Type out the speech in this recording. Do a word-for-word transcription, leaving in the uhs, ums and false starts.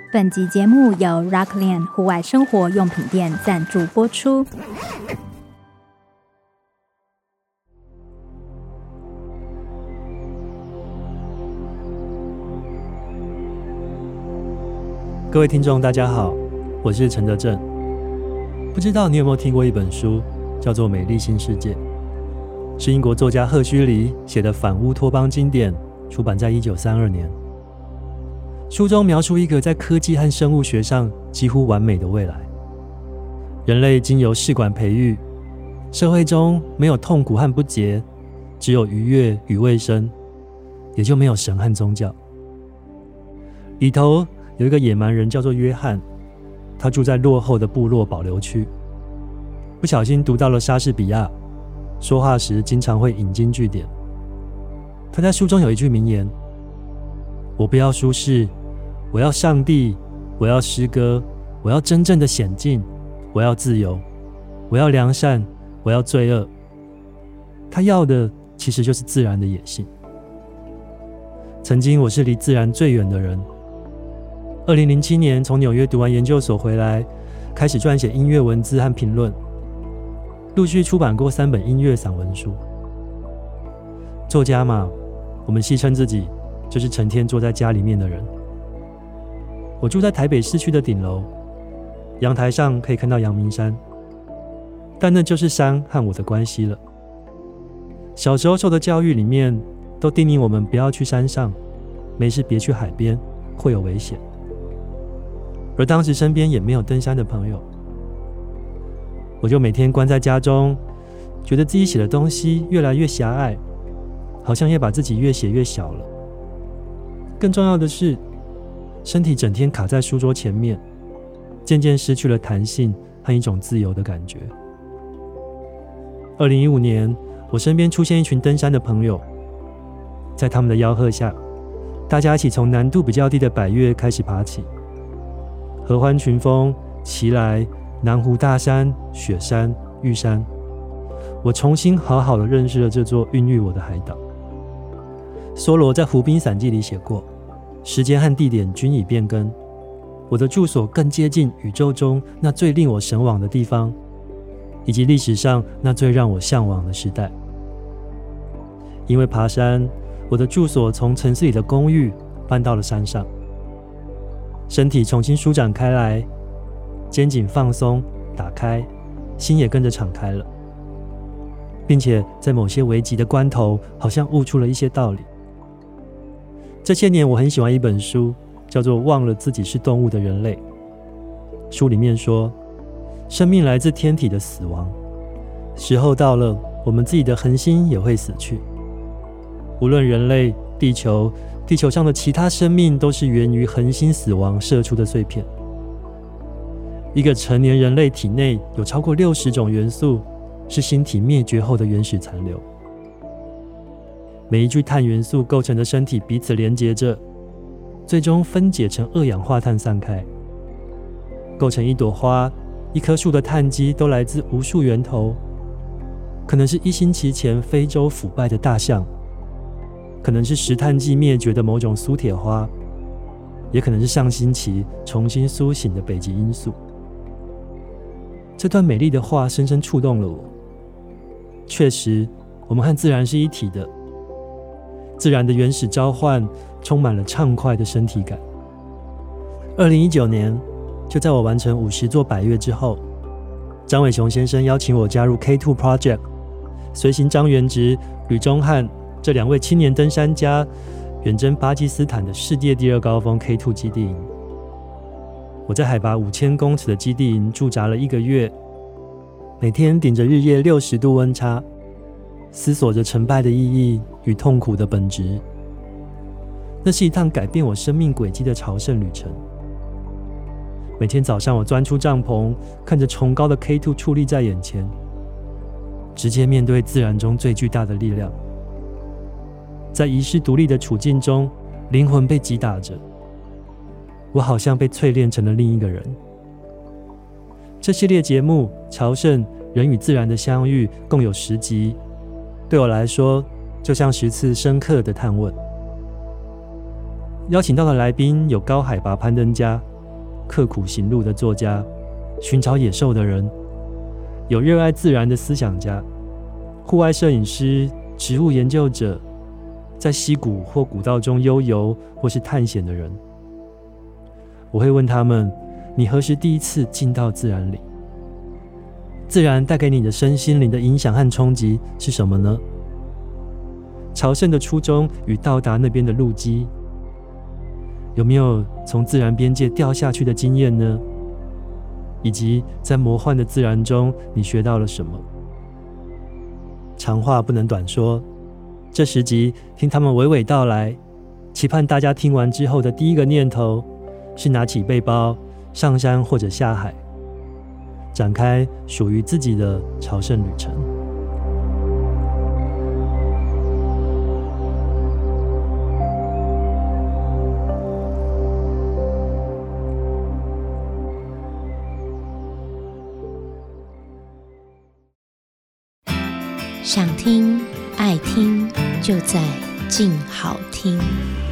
本集节目由 Rockland 户外生活用品店赞助播出。 各位听众大家好，我是陈德正。不知道你有没有听过一本书，叫做《美丽新世界》，是英国作家赫胥黎写的反乌托邦经典，出版在一九三二年。书中描述一个在科技和生物学上几乎完美的未来，人类经由试管培育，社会中没有痛苦和不洁，只有愉悦与卫生，也就没有神和宗教。里头有一个野蛮人叫做约翰，他住在落后的部落保留区，不小心读到了莎士比亚，说话时经常会引经据典。他在书中有一句名言：我不要舒适，我要上帝，我要诗歌，我要真正的险境，我要自由，我要良善，我要罪恶。他要的其实就是自然的野性。曾经我是离自然最远的人。二零零七年从纽约读完研究所回来，开始撰写音乐文字和评论，陆续出版过三本音乐散文书。作家嘛，我们戏称自己就是成天坐在家里面的人。我住在台北市区的顶楼，阳台上可以看到阳明山，但那就是山和我的关系了。小时候受的教育里面都叮咛我们不要去山上，没事别去海边，会有危险。而当时身边也没有登山的朋友，我就每天关在家中，觉得自己写的东西越来越狭隘，好像也把自己越写越小了。更重要的是，身体整天卡在书桌前面，渐渐失去了弹性和一种自由的感觉。二零一五年，我身边出现一群登山的朋友，在他们的吆喝下，大家一起从难度比较低的百岳开始爬起。合欢群峰、奇来、南湖大山、雪山、玉山，我重新好好的认识了这座孕育我的海岛。梭罗在《湖滨散记》里写过，时间和地点均已变更，我的住所更接近宇宙中那最令我神往的地方，以及历史上那最让我向往的时代。因为爬山，我的住所从城市里的公寓搬到了山上，身体重新舒展开来，肩颈放松打开，心也跟着敞开了，并且在某些危急的关头，好像悟出了一些道理。这些年我很喜欢一本书，叫做《忘了自己是动物的人类》。书里面说，生命来自天体的死亡，时候到了，我们自己的恒星也会死去。无论人类、地球、地球上的其他生命，都是源于恒星死亡射出的碎片。一个成年人类体内有超过六十种元素，是星体灭绝后的原始残留。每一具碳元素构成的身体彼此连接着，最终分解成二氧化碳散开，构成一朵花、一棵树的碳基都来自无数源头，可能是一星期前非洲腐败的大象，可能是石炭纪灭绝的某种苏铁花，也可能是上星期重新苏醒的北极罂粟。这段美丽的话深深触动了我。确实，我们和自然是一体的，自然的原始召唤充满了畅快的身体感。二零一九年，就在我完成五十座百岳之后，张伟雄先生邀请我加入 K 二 Project， 随行张元直、吕中汉这两位青年登山家远征巴基斯坦的世界第二高峰 K 二 基地营。我在海拔五千公尺的基地营驻扎了一个月，每天顶着日夜六十度温差，思索着成败的意义与痛苦的本质。那是一趟改变我生命轨迹的朝圣旅程。每天早上我钻出帐篷，看着崇高的 K 二 矗立在眼前，直接面对自然中最巨大的力量。在遗世独立的处境中，灵魂被击打着，我好像被淬炼成了另一个人。这系列节目朝圣人与自然的相遇共有十集，对我来说就像十次深刻的探问。邀请到的来宾有高海拔攀登家、 刻苦行路的作家，寻找野兽的人，有热爱自然的思想家，户外摄影师、植物研究者，在溪谷或古道中悠游或是探险的人。我会问他们，你何时第一次进到自然里？自然带给你的身心灵的影响和冲击是什么呢？朝圣的初衷与到达那边的路基，有没有从自然边界掉下去的经验呢？以及在魔幻的自然中，你学到了什么？长话不能短说，这十集听他们娓娓道来，期盼大家听完之后的第一个念头是拿起背包上山或者下海，展开属于自己的朝圣旅程。 想听爱听，就在静好听。